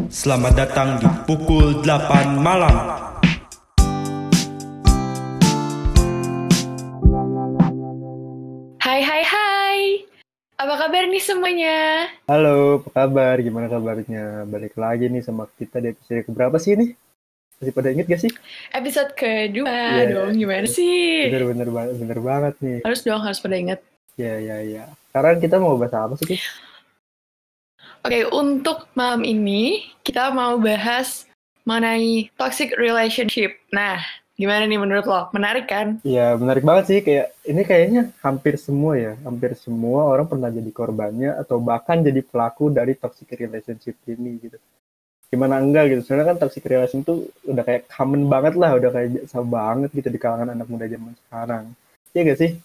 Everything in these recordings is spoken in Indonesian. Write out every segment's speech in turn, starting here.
Selamat datang di pukul 8 malam. Hai hai hai. Apa kabar nih semuanya? Halo, apa kabar? Gimana kabarnya? Balik lagi nih sama kita di episode keberapa sih ini? Masih pada inget gak sih? Episode kedua Iya, dong, gimana sih? bener banget nih. Harus pada ingat. Ya. Sekarang kita mau bahas apa sih, Kis? Oke, untuk malam ini kita mau bahas mengenai toxic relationship. Nah, gimana nih menurut lo? Menarik kan? Ya, menarik banget sih. Ini kayaknya hampir semua orang pernah jadi korbannya atau bahkan jadi pelaku dari toxic relationship ini gitu. Gimana enggak gitu? Soalnya kan toxic relationship tuh udah kayak common banget lah, udah kayak biasa banget gitu di kalangan anak muda zaman sekarang. Iya gak sih?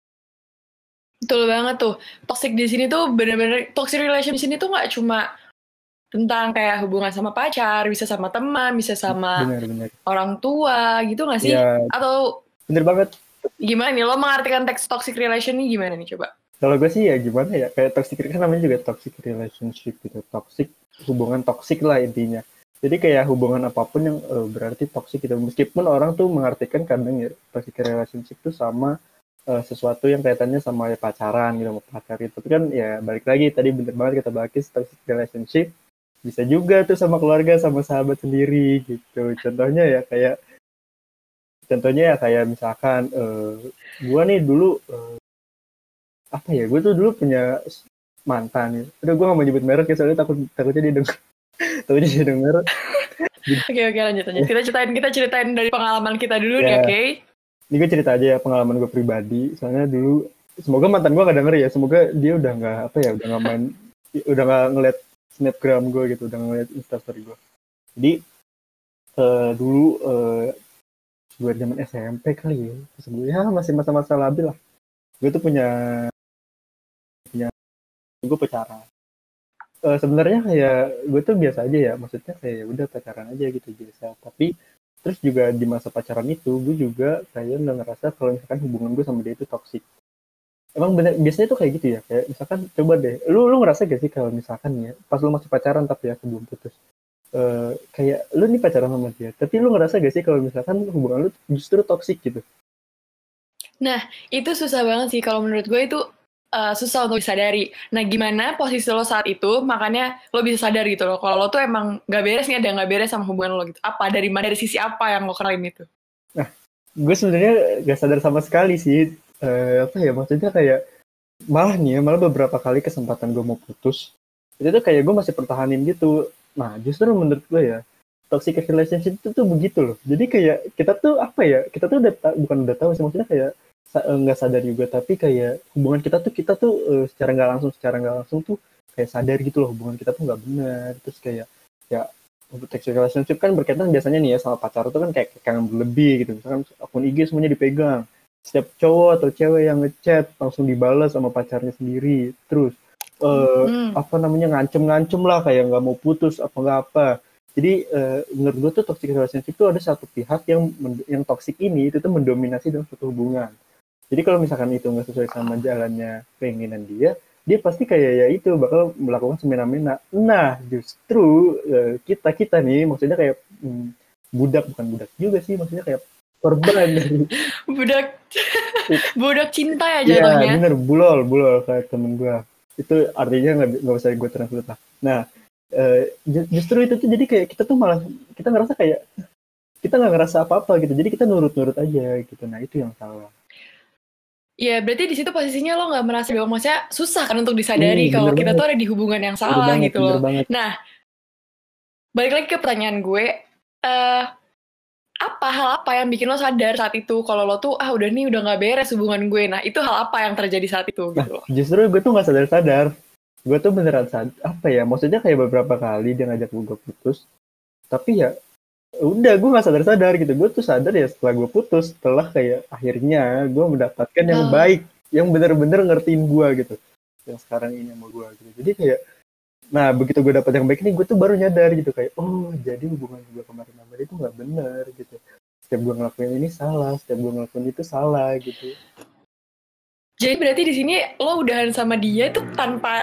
Betul banget tuh. Toxic di sini tuh bener-bener toxic relationship di sini tuh nggak cuma tentang kayak hubungan sama pacar, bisa sama teman, bisa sama Benar. orang tua, gitu nggak sih? Ya, Atau bener banget. gimana nih? Lo mengartikan teks toxic relation ini gimana nih coba? Kalau gue sih ya gimana ya, kayak toxic kan namanya juga toxic relationship gitu, toxic, hubungan toxic lah intinya. Jadi kayak hubungan apapun yang berarti toxic gitu, meskipun orang tuh mengartikan kadang ya toxic relationship itu sama sesuatu yang kaitannya sama ya, pacaran gitu, sama pacar gitu. Tapi kan ya balik lagi tadi bener banget kita bahas toxic relationship bisa juga tuh sama keluarga, sama sahabat sendiri gitu. Contohnya ya kayak misalkan gue nih dulu apa ya, gue tuh dulu punya mantan ya. Udah gue gak mau nyebut merek ya, soalnya takutnya dia denger. Takutnya dia denger. Oke, lanjut. Kita ceritain dari pengalaman kita dulu nih, Ya, oke? ini gue cerita aja ya pengalaman gue pribadi. Soalnya dulu, semoga mantan gue gak denger ya. Semoga dia udah gak, udah gak main, udah gak ngeliat snapgram gue gitu, udah gak ngeliat instastory gue. Jadi, dulu, gue zaman SMP kali ya. Terus gue ya masih masa-masa labil lah. Gue tuh punya gue pacaran. Sebenarnya kayak gue tuh biasa aja ya, maksudnya kayak udah pacaran aja gitu biasa. Tapi terus juga di masa pacaran itu gue juga kayak nggak ngerasa kalau misalkan hubungan gue sama dia itu toksik. Emang bener biasanya tuh kayak gitu ya, kayak misalkan coba deh, lu ngerasa gak sih kalau misalkan ya pas lu masih pacaran tapi ya sebelum putus, kayak lu nih pacaran sama dia, tapi lu ngerasa gak sih kalau misalkan hubungan lu justru toksik gitu? Nah, itu susah banget sih kalau menurut gue itu susah untuk disadari. Nah, gimana posisi lo saat itu, makanya lo bisa sadar gitu loh. Kalau lo tuh emang gak beres nih, ada yang gak beres sama hubungan lo gitu. Apa, dari sisi apa yang lo kenalin itu? Nah, gue sebenarnya gak sadar sama sekali sih. Apa ya, maksudnya kayak malah beberapa kali kesempatan gue mau putus, itu tuh kayak gue masih pertahanin gitu. Nah, justru menurut gue ya, toxic relationship itu tuh begitu loh. Jadi kayak kita tuh apa ya, kita tuh bukan udah tahu sih, maksudnya kayak nggak sadar juga, tapi kayak hubungan kita tuh secara nggak langsung tuh kayak sadar gitu loh, hubungan kita tuh nggak benar. Terus kayak ya, untuk toxic relationship kan berkaitan biasanya nih ya sama pacar tuh kan kayak kangen berlebih gitu. Misalkan akun IG semuanya dipegang, setiap cowok atau cewek yang ngechat langsung dibalas sama pacarnya sendiri. Terus apa namanya, ngancem lah kayak nggak mau putus apa nggak apa. Jadi menurut gue tuh toxic relationship itu ada satu pihak yang toxic ini itu tuh mendominasi dalam suatu hubungan. Jadi kalau misalkan itu nggak sesuai sama jalannya keinginan dia pasti kayak ya itu bakal melakukan semena-mena. Nah, justru kita nih, maksudnya kayak bukan budak juga sih, maksudnya kayak korban dari budak cinta ya iya jatuhnya. bener, bulol kayak temen gue. Itu artinya nggak usah gue translate lah. Nah, justru itu tuh jadi kayak kita tuh malah kita ngerasa kayak kita nggak ngerasa apa-apa gitu, jadi kita nurut-nurut aja gitu. Nah, itu yang salah. Ya, berarti di situ posisinya lo nggak merasa bahwa maksudnya susah kan untuk disadari kalau Bener kita banget, tuh ada di hubungan yang salah gitu bener loh. banget. Nah, balik lagi ke pertanyaan gue, hal apa yang bikin lo sadar saat itu kalau lo tuh udah nggak beres hubungan gue. Nah, itu hal apa yang terjadi saat itu Nah, gitu loh. justru gue tuh nggak sadar-sadar. Gue tuh beneran apa ya? Maksudnya kayak beberapa kali dia ngajak gue putus, tapi ya udah gue nggak sadar-sadar gitu. Gue tuh sadar ya setelah gue putus, setelah kayak akhirnya gue mendapatkan yang baik, yang bener-bener ngertiin gue gitu. Yang sekarang ini sama gue gitu. Jadi kayak, nah begitu gue dapet yang baik ini, gue tuh baru nyadar gitu kayak, oh jadi hubungan gue kemarin sama dia itu nggak bener gitu. Setiap gue ngelakuin ini salah, setiap gue ngelakuin itu salah gitu. Jadi berarti di sini lo udahan sama dia tuh tanpa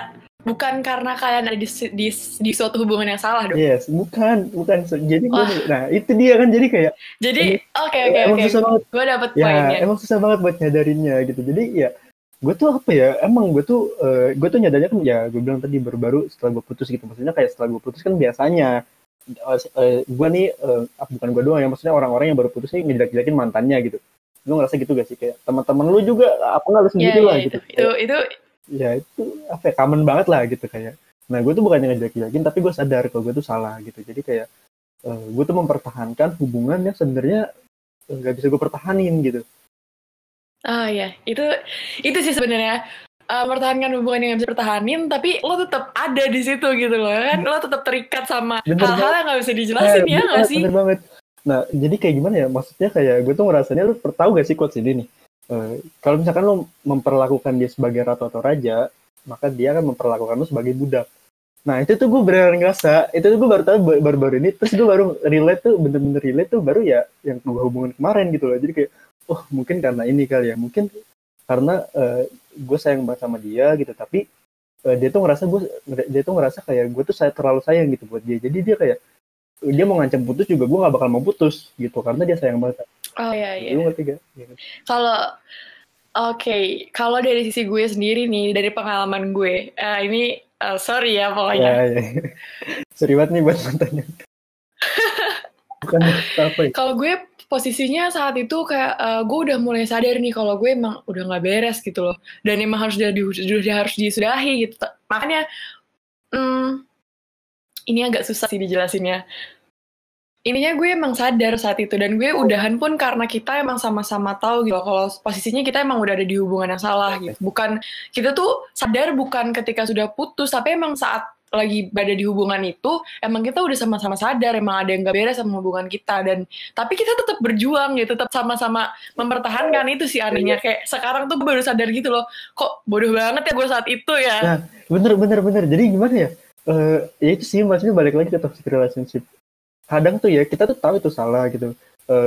bukan karena kalian ada di suatu hubungan yang salah dong. Yes, bukan. Jadi Wah. nah itu dia kan, jadi kayak Jadi oke. emang susah banget. Gue dapet Ya, poinnya. emang susah banget buat nyadarinnya gitu. Jadi ya gue tuh apa ya, emang gue tuh nyadarnya kan ya gue bilang tadi baru-baru setelah gue putus gitu. Maksudnya kayak setelah gue putus kan biasanya gue nih bukan gue doang ya, maksudnya orang-orang yang baru putus nih ngejelek-jelekin mantannya gitu. Lu ngerasa gitu gak sih, kayak teman-teman lu juga apa nggak lu sendiri lah gitu. Itu Ya itu apa ya, common banget lah gitu kayak. Nah gue tuh bukannya ngejelek-jelekin, tapi gue sadar kalau gue tuh salah gitu. Jadi kayak gue tuh mempertahankan hubungan yang sebenarnya nggak bisa gue pertahanin gitu. ya, itu sih sebenarnya mempertahankan hubungan yang bisa pertahanin, tapi lo tetap ada di situ gitu loh kan, lo tetap terikat sama hal-hal yang nggak bisa dijelasin ya nggak sih? Bener banget. Nah jadi kayak gimana ya, maksudnya kayak gue tuh ngerasanya, lu tahu gak sih quotes ini nih, kalau misalkan lo memperlakukan dia sebagai ratu atau raja, maka dia akan memperlakukan lo sebagai budak. Nah itu tuh gue benar-benar ngerasa, itu tuh gue baru tahu baru-baru ini, terus gue baru relate tuh, bener-bener relate tuh baru ya yang gue hubungan kemarin gitu loh. Jadi kayak oh mungkin karena ini kali ya, mungkin karena gue sayang banget sama dia gitu, tapi dia tuh ngerasa kayak gue tuh terlalu sayang gitu buat dia. Jadi dia kayak dia mau ngancam putus juga gue nggak bakal mau putus gitu karena dia sayang banget. Oh iya. Lu ngerti gak? Kalau dari sisi gue sendiri nih, dari pengalaman gue, ini sorry ya pokoknya. Ya. Sorry banget nih buat mantannya. Bukan apa ya? Kalau gue posisinya saat itu kayak gue udah mulai sadar nih kalau gue emang udah nggak beres gitu loh, dan emang harus disudahi gitu. Makanya ini agak susah sih dijelasinnya. Ininya gue emang sadar saat itu, dan gue udahan pun karena kita emang sama-sama tahu gitu kalau posisinya kita emang udah ada di hubungan yang salah gitu. Bukan, kita tuh sadar bukan ketika sudah putus, tapi emang saat lagi berada di hubungan itu emang kita udah sama-sama sadar emang ada yang gak beres sama hubungan kita, dan tapi kita tetap berjuang gitu, tetap sama-sama mempertahankan. Itu sih anehnya, kayak sekarang tuh gue baru sadar gitu loh, kok bodoh banget ya gue saat itu ya. Nah, bener. Jadi gimana ya? Ya itu sih, maksudnya balik lagi ke toxic relationship. Kadang tuh ya kita tuh tahu itu salah gitu.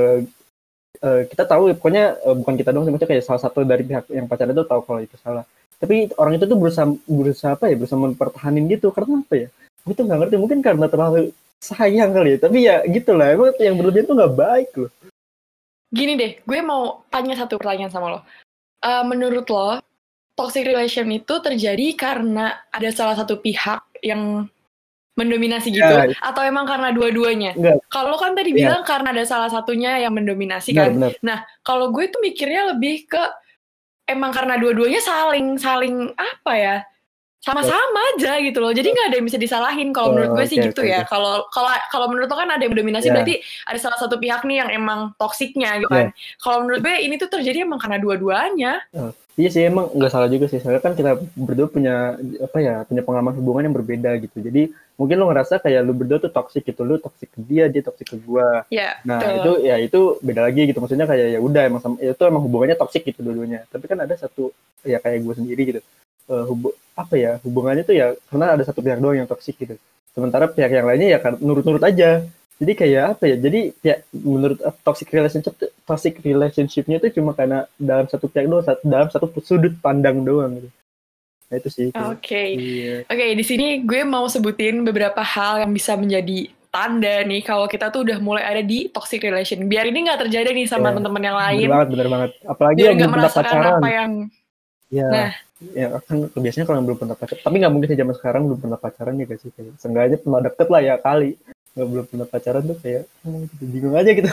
Kita tahu pokoknya bukan kita doang, maksudnya kayak salah satu dari pihak yang pacaran itu tahu kalau itu salah. Tapi orang itu tuh berusaha mempertahanin gitu. Karena apa ya? Gue tuh nggak ngerti, mungkin karena terlalu sayang kali ya. Tapi ya gitulah, emang yang berlebihan tuh nggak baik loh. Gini deh, gue mau tanya satu pertanyaan sama lo. Menurut lo, toxic relation itu terjadi karena ada salah satu pihak yang mendominasi gitu, atau emang karena dua-duanya? Kalau kan tadi bilang karena ada salah satunya yang mendominasi kan. Benar. Nah, kalau gue tuh mikirnya lebih ke emang karena dua-duanya saling apa ya, sama-sama aja gitu loh. Jadi nggak ada yang bisa disalahin. Kalau menurut gue sih gitu ya. Kalau menurut lo kan ada yang mendominasi, berarti ada salah satu pihak nih yang emang toksiknya gitu kan. Kalau menurut gue ini tuh terjadi emang karena dua-duanya. Iya sih, emang nggak salah juga sih. Soalnya kan kita berdua punya pengalaman hubungan yang berbeda gitu. Jadi mungkin lo ngerasa kayak lo berdua tuh toksik gitu, lo toksik ke dia toksik ke gua. Nah itu beda lagi gitu. Maksudnya kayak ya udah emang itu emang hubungannya toksik gitu dua-duanya. Tapi kan ada satu ya kayak gue sendiri gitu. Hubungannya tuh ya karena ada satu pihak doang yang toksik gitu. Sementara pihak yang lainnya ya nurut-nurut aja. Jadi kayak apa ya? Jadi ya menurut toxic relationship-nya itu cuma karena dalam satu pihak doang, dalam satu sudut pandang doang gitu. Nah itu sih. Oke, di sini gue mau sebutin beberapa hal yang bisa menjadi tanda nih kalau kita tuh udah mulai ada di toxic relation. Biar ini nggak terjadi nih sama teman-teman yang lain. Bener banget. Apalagi biar yang belum pernah pacaran. Apa yang... Ya kan biasanya kalau yang belum pernah pacaran. Tapi nggak mungkin sih zaman sekarang belum pernah pacaran ya guys sih. Seenggaknya pernah deket lah ya kali. Belum pernah pacaran tuh kayak bingung aja gitu.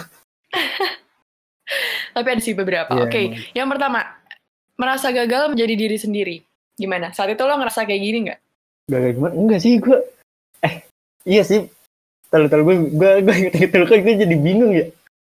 Tapi ada sih beberapa. Yang pertama, merasa gagal menjadi diri sendiri. Gimana? Saat itu lo ngerasa kayak gini nggak? Gagal gimana? Enggak sih, gue iya sih. Gue gue jadi bingung ya.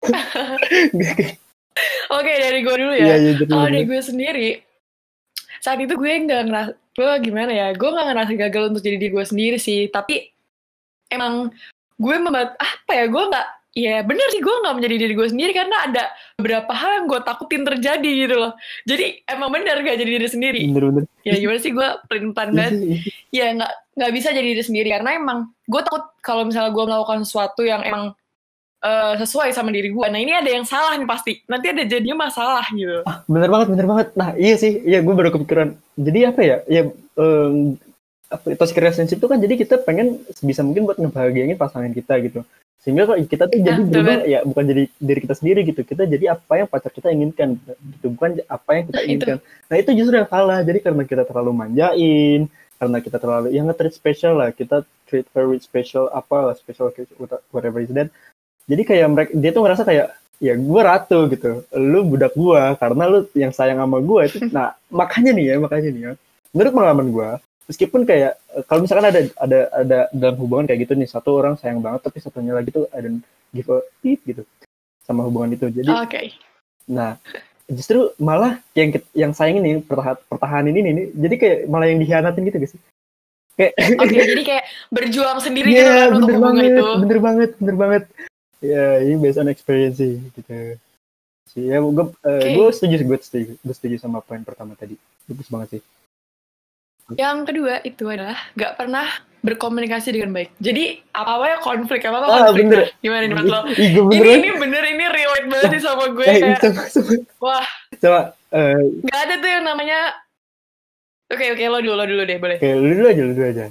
Oke, dari gue dulu ya. Kalau dari gue sendiri, saat itu gue nggak ngerasa, gue gimana ya? Gue nggak ngerasa gagal untuk jadi diri gue sendiri sih. Tapi emang gue gue nggak, ya bener sih gue nggak menjadi diri gue sendiri karena ada beberapa hal yang gue takutin terjadi gitu loh. Jadi emang bener gak jadi diri sendiri. Bener. Ya gimana sih, gue pelin-pelan banget. Ya nggak bisa jadi diri sendiri karena emang gue takut kalau misalnya gue melakukan sesuatu yang emang sesuai sama diri gue. Nah ini ada yang salah nih pasti. Nanti ada jadinya masalah gitu. Bener banget. Nah iya sih, iya gue baru kepikiran. Jadi apa ya? Ya toxic relationship itu kan jadi kita pengen sebisa mungkin buat ngebahagiain pasangan kita gitu. Sehingga kok kita tuh jadi berubah ya bukan jadi diri kita sendiri gitu. Kita jadi apa yang pacar kita inginkan gitu, bukan apa yang kita inginkan. Nah, itu justru yang salah. Jadi karena kita terlalu manjain, karena kita terlalu yang nge-treat special lah, kita treat her with special special whatever is that. Jadi kayak mereka dia tuh ngerasa kayak ya gue ratu gitu, lu budak gue karena lu yang sayang sama gue itu. Nah, makanya nih ya menurut pengalaman gue, meskipun kayak kalau misalkan ada dalam hubungan kayak gitu nih, satu orang sayang banget tapi satunya lagi tuh ada give a shit gitu sama hubungan itu. Jadi nah justru malah yang sayang ini pertahanin ini nih, jadi kayak malah yang dikhianatin gitu guys. Kayak jadi kayak berjuang sendiri gitu kan untuk hubungan itu. Bener banget. Ya, ini based on experience sih gitu. Ya, gue setuju sama poin pertama tadi. Bagus banget sih. Yang kedua itu adalah gak pernah berkomunikasi dengan baik. Jadi apa-apa ya konflik, konflik. Bener. Gimana nih menurut lo? Ini relate banget sih sama gue kayak. Wah. Coba. Gak ada tuh yang namanya. Oke, lo dulu deh, boleh. Oke, lu dulu aja.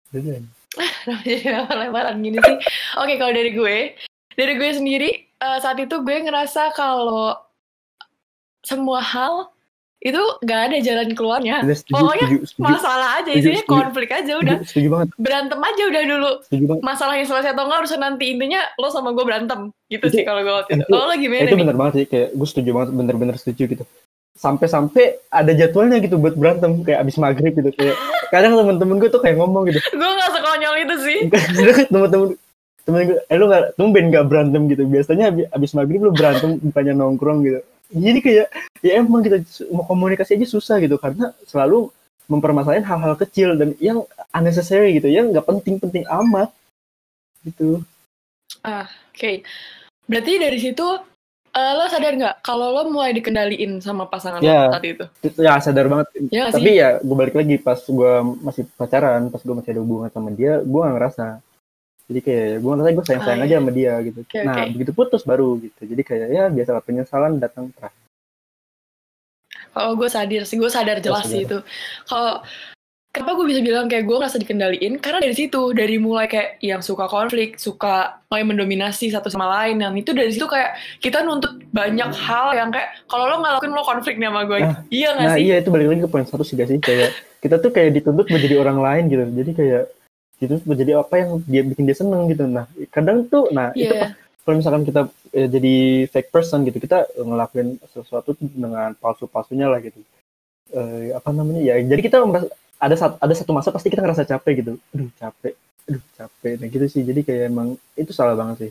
Lebaran gini sih. Oke, kalau dari gue sendiri saat itu gue ngerasa kalau semua hal itu gak ada jalan keluarnya. Pokoknya masalah aja, isinya konflik aja udah. Setuju banget. Berantem aja udah dulu. Masalahnya selesai atau enggak urusan nanti, intinya lo sama gue berantem. Gitu sih kalau gue waktu itu. Lo gimana nih? Itu bener banget sih, kayak gue setuju banget, bener-bener setuju gitu. Sampai ada jadwalnya gitu buat berantem, kayak abis maghrib gitu. Kayak kadang temen-temen gue tuh kayak ngomong gitu. Gue gak sekonyol itu sih. temen gue, lu tumben gak berantem gitu. Biasanya abis maghrib lu berantem bukannya nongkrong gitu. Jadi kayak ya emang kita mau komunikasi aja susah gitu, karena selalu mempermasalahin hal-hal kecil dan yang unnecessary gitu, yang nggak penting-penting amat gitu. Oke. Berarti dari situ lo sadar nggak kalau lo mulai dikendaliin sama pasangan lo saat itu? Ya sadar banget. Ya, tapi ya gue balik lagi, pas gue masih pacaran, pas gue masih ada hubungan sama dia, gue nggak ngerasa. Jadi kayak gue ngerasa gue sayang aja sama dia gitu. Begitu putus baru gitu. Jadi kayak ya biasalah, penyesalan datang terakhir. Kalau gue sadar jelas sih itu. Kalau kenapa gue bisa bilang kayak gue ngerasa dikendaliin, karena dari situ, dari mulai kayak yang suka konflik, suka mulai mendominasi satu sama lain, dan itu dari situ kayak kita nuntut banyak hal yang kayak kalau lo nggak lakuin lo konflik nih sama gue. Iya nggak sih? Iya, itu balik lagi ke poin satu sih, guys. Kayak kita tuh kayak dituntut menjadi orang lain gitu. Jadi kayak itu menjadi apa yang dia bikin dia seneng gitu. Nah, kadang tuh itu kalau misalkan kita jadi fake person gitu, kita ngelakuin sesuatu dengan palsu-palsunya lah gitu. Ya, jadi kita ada satu masa pasti kita ngerasa capek gitu. Aduh capek. Nah gitu sih. Jadi kayak emang itu salah banget sih.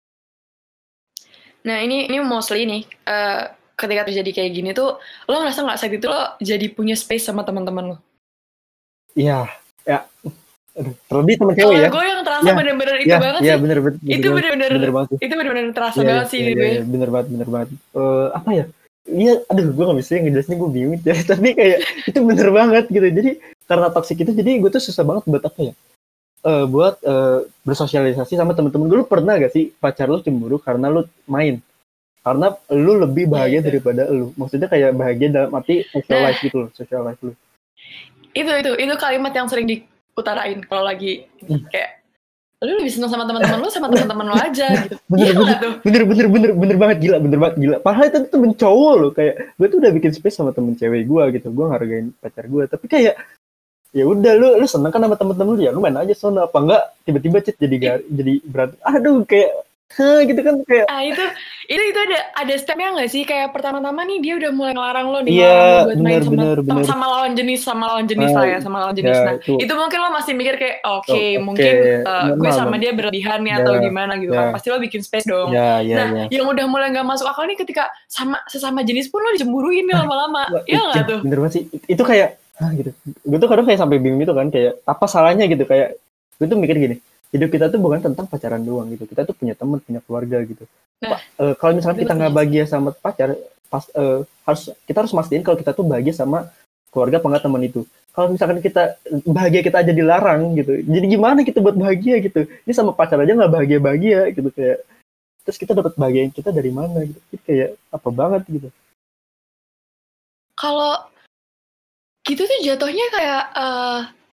Nah ini mostly nih, ketika terjadi kayak gini tuh, lo ngerasa nggak saat itu lo jadi punya space sama teman-teman lo? Iya, ya. Terlebih teman cewek ya. Gue yang terasa bener-bener itu banget sih. Iya bener banget. Itu bener-bener terasa banget sih gue. Bener banget. Apa ya? Iya, gue gak bisa ngejelasin, gue bingung ya. Tapi kayak itu bener banget gitu. Jadi karena toxic itu, jadi gue tuh susah banget buat apa ya? Buat bersosialisasi sama temen-temen gue. Lu pernah gak sih pacar lu cemburu karena lu main? Karena lu lebih bahagia daripada lu. Maksudnya kayak bahagia dalam arti social life gitu loh, social life lu. Itu kalimat yang sering diutarain kalau lagi kayak lu lebih seneng sama teman-teman lu, sama teman-teman lu aja gitu. Bener banget, gila. Padahal itu temen cowok loh, kayak gue tuh udah bikin space sama temen cewek gue gitu. Gue ngargain pacar gue, tapi kayak ya udah lu seneng kan sama temen-temen lu, ya lu main aja sono, apa enggak tiba-tiba chat jadi berantem. Aduh kayak gitu kan kayak. Itu ada stepnya nggak sih, kayak pertama-tama nih dia udah mulai ngelarang lo nih, buat main sama lawan jenis lah ya, sama lawan jenis. Nah itu mungkin lo masih mikir kayak mungkin gue sama dia berlebihan nih atau gimana gitu kan, pasti lo bikin space dong. Yang udah mulai nggak masuk akal nih ketika sesama jenis pun lo dicemburuin nih lama-lama. Iya nggak tuh? Bener banget sih, itu kayak gitu. Gue tuh kadang kayak sampai bingung gitu kan, kayak apa salahnya gitu. Kayak gue tuh mikir gini, hidup kita tuh bukan tentang pacaran doang gitu, kita tuh punya teman, punya keluarga gitu. Kalau misalnya kita nggak bahagia sama pacar, kita harus mastiin kalau kita tuh bahagia sama keluarga apa nggak teman itu. Kalau misalkan kita bahagia kita aja dilarang gitu, jadi gimana kita buat bahagia gitu? Ini sama pacar aja nggak bahagia gitu, kayak terus kita dapat bahagia kita dari mana gitu? Jadi kayak apa banget gitu? Kalau gitu tuh jatuhnya kayak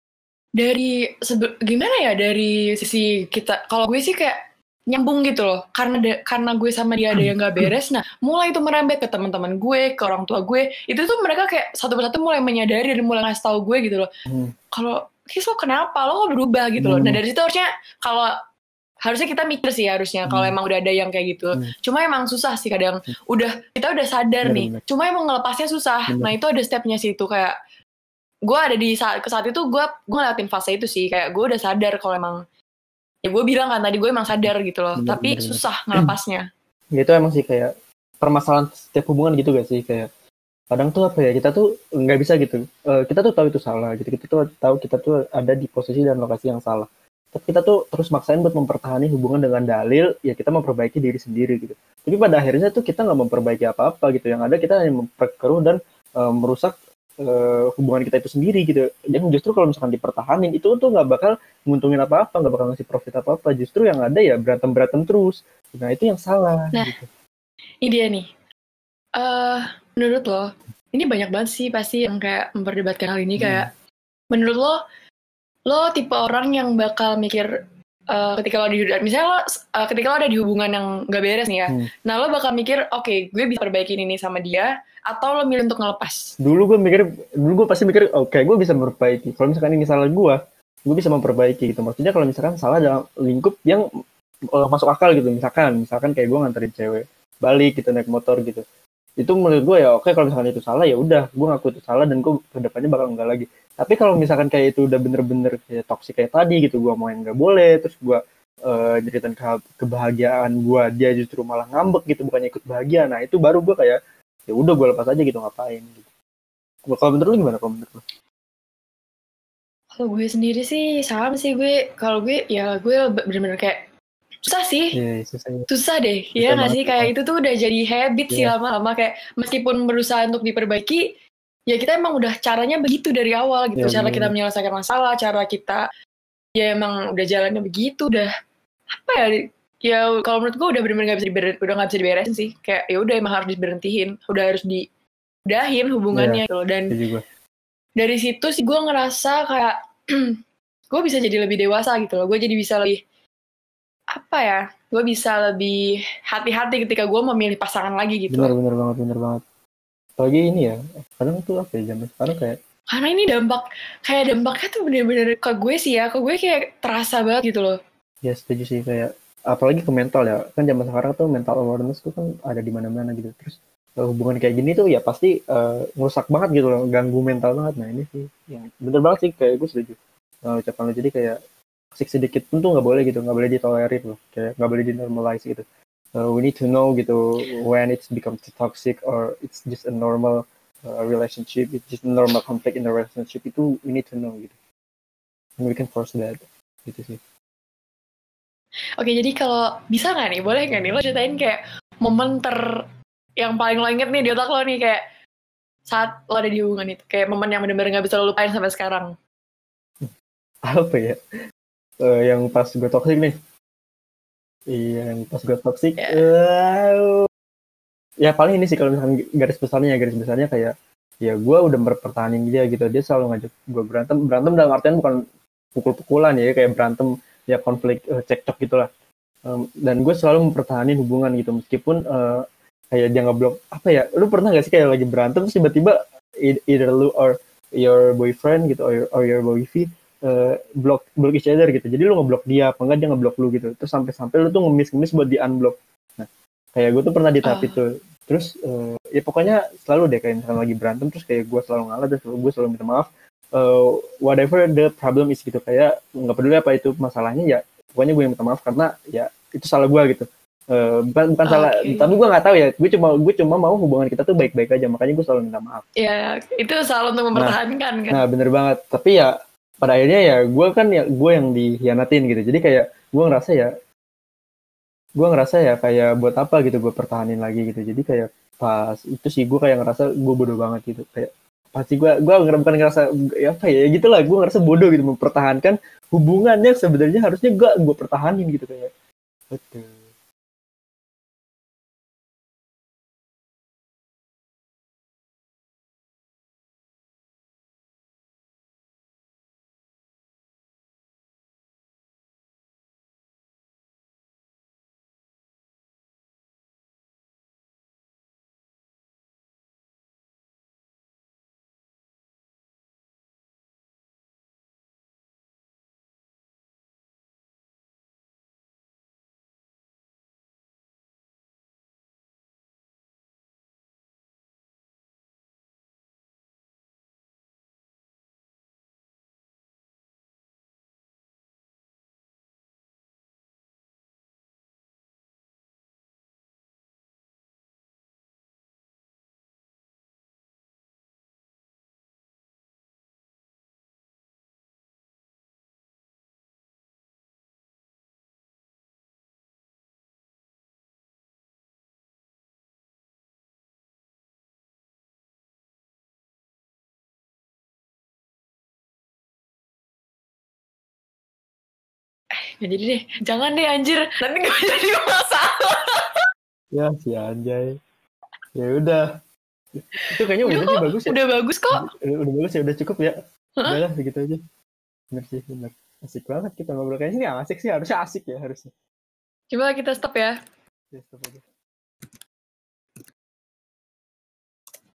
Gimana ya, dari sisi kita, kalau gue sih kayak nyambung gitu loh, karena gue sama dia ada yang nggak beres. Nah, mulai itu merembet ke teman-teman gue, ke orang tua gue. Itu tuh mereka kayak satu persatu mulai menyadari dan mulai ngasih tahu gue gitu loh, kalau Kis lo kenapa, lo kok berubah gitu loh. Nah, dari situ harusnya kita mikir sih, harusnya kalau emang udah ada yang kayak gitu. Cuma emang susah sih kadang. Kita udah sadar nih, Bener-bener. cuma emang ngelepasnya susah. Nah, Bener. itu ada stepnya sih, itu kayak gue ada di saat itu gue ngeliatin fase itu sih, kayak gue udah sadar kalau emang, ya gue bilang kan tadi, gue emang sadar gitu loh, tapi Bener. susah ngelepasnya. Itu emang sih kayak permasalahan setiap hubungan gitu gak sih, kayak kadang tuh apa ya, kita tuh nggak bisa gitu. Kita tuh tahu itu salah gitu, kita tuh tahu kita tuh ada di posisi dan lokasi yang salah, tapi kita tuh terus maksain buat mempertahankan hubungan dengan dalil ya kita memperbaiki diri sendiri gitu. Tapi pada akhirnya tuh kita nggak memperbaiki apa-apa gitu, yang ada kita hanya memperkeruh dan merusak hubungan kita itu sendiri gitu. Dan justru kalau misalkan dipertahanin itu tuh nggak bakal nguntungin apa-apa, nggak bakal ngasih profit apa-apa, justru yang ada ya berantem terus. Nah itu yang salah. Nah, gitu. ini dia nih. Menurut lo, ini banyak banget sih pasti yang kayak memperdebatkan hal ini, kayak menurut lo tipe orang yang bakal mikir ketika lo misalnya ketika lo ada di hubungan yang gak beres nih ya, nah lo bakal mikir, oke, gue bisa perbaikin ini sama dia, atau lo milih untuk ngelepas? Dulu gue pasti mikir, oke, gue bisa memperbaiki. Kalau misalkan ini salah gue bisa memperbaiki gitu. Maksudnya kalau misalkan salah dalam lingkup yang masuk akal gitu. Misalkan kayak gue nganterin cewek balik gitu, naik motor gitu. Itu menurut gue ya oke, kalau misalkan itu salah ya udah, gue ngaku itu salah dan gue kedepannya bakal enggak lagi. Tapi kalau misalkan kayak itu udah bener-bener kayak toksik kayak tadi gitu, gue mau yang nggak boleh, terus gue nyeritain kebahagiaan gue, dia justru malah ngambek gitu, bukannya ikut bahagia. Nah itu baru gue kayak ya udah, gue lepas aja gitu, ngapain gitu. Kalau menurut lu gimana, kalau menurut lu? Kalau gue sendiri sih sama sih, kalau gue ya gue bener-bener kayak susah sih. Iya, susah ya. Susah deh, Susah ya nggak banget sih? ya. Kayak itu tuh udah jadi habit sih Iya. lama-lama, kayak meskipun berusaha untuk diperbaiki, ya kita emang udah caranya begitu dari awal gitu. Iya, Cara kita bener. menyelesaikan masalah, cara kita, ya emang udah jalannya begitu, udah apa ya? Ya kalau menurut gue udah bener-bener udah nggak bisa diberesin sih. Kayak ya udah emang harus diberhentiin, udah harus diudahin Iya, hubungannya gitu. Dan itu juga. dari situ sih gue ngerasa kayak gue bisa jadi lebih dewasa gitu loh. Gue jadi bisa lebih, apa ya, gue bisa lebih hati-hati ketika gue memilih pasangan lagi gitu. Bener banget. Apalagi ini ya, kadang tuh apa ya, zaman sekarang kayak, Karena ini dampaknya tuh bener-bener ke gue sih ya, ke gue kayak terasa banget gitu loh. ya setuju sih, kayak apalagi ke mental ya, kan zaman sekarang tuh mental awareness tuh kan ada di mana-mana gitu. Terus hubungan kayak gini tuh ya pasti ngerusak banget gitu loh, ganggu mental banget. Nah ini sih yang bener banget sih, kayak gue setuju ucapan lo. Jadi kayak toxic sedikit pun tuh nggak boleh gitu, nggak boleh ditolerir loh, kayak nggak boleh dinormalize gitu. We need to know gitu when it's become too toxic or it's just a normal relationship, it's just a normal conflict in a relationship, itu we need to know gitu. And we can force that gitu sih. Oke, jadi kalau bisa nggak nih, boleh nggak nih lo ceritain kayak momen yang paling lo inget nih di otak lo nih, kayak saat lo ada di hubungan itu, kayak momen yang bener-bener nggak bisa lo lupain sampai sekarang. Apa ya? Yang pas gue toxic nih. Iya, yang pas gue toxic. Ya paling ini sih, kalau misalkan garis besarnya kayak ya gue udah berpertahanin dia gitu. Dia selalu ngajak gue berantem dalam artian bukan pukul-pukulan ya, kayak berantem ya, konflik cekcok gitulah. Dan gue selalu mempertahankan hubungan gitu, meskipun kayak dia ngeblok. Apa ya, lu pernah gak sih kayak lagi berantem terus tiba-tiba either lu or your boyfriend gitu or your boyfriend block each other gitu. Jadi lu ngeblok dia, apa enggak dia ngeblok lu gitu. Terus sampai lu tuh ngemis buat di unblock. Nah, kayak gue tuh pernah di tahap itu. Terus ya pokoknya selalu deh, kayak misalnya lagi berantem terus kayak gue selalu ngalah dan gue selalu minta maaf. Whatever the problem is gitu, kayak nggak peduli apa itu masalahnya, ya pokoknya gue yang minta maaf karena ya itu salah gue gitu. Bukan salah, tapi gue nggak tahu ya, gue cuma mau hubungan kita tuh baik-baik aja, makanya gue selalu minta maaf. Ya itu selalu untuk mempertahankan kan. Nah bener banget, tapi ya pada akhirnya ya gue yang dikhianatin gitu. Jadi kayak gue ngerasa ya kayak buat apa gitu gue pertahanin lagi gitu. Jadi kayak pas itu sih gue kayak ngerasa gue bodoh banget gitu. Kayak pasti gue bukan ngerasa ya apa ya, gitulah, gue ngerasa bodoh gitu mempertahankan hubungannya sebenarnya harusnya gue pertahanin gitu, kayak betul. Ya jadi deh, jangan deh anjir, nanti gak jadi masalah. Ya si anjay. Ya udah. Itu kayaknya Udah udah kok, sih bagus ya. udah bagus kok. Udah bagus ya, udah cukup ya. Hah? Udah lah segitu aja. Bener sih, bener. Asik banget kita ngobrol. Kayaknya sih nggak asik sih, harusnya asik ya harusnya. Coba kita stop ya. Ya, stop aja.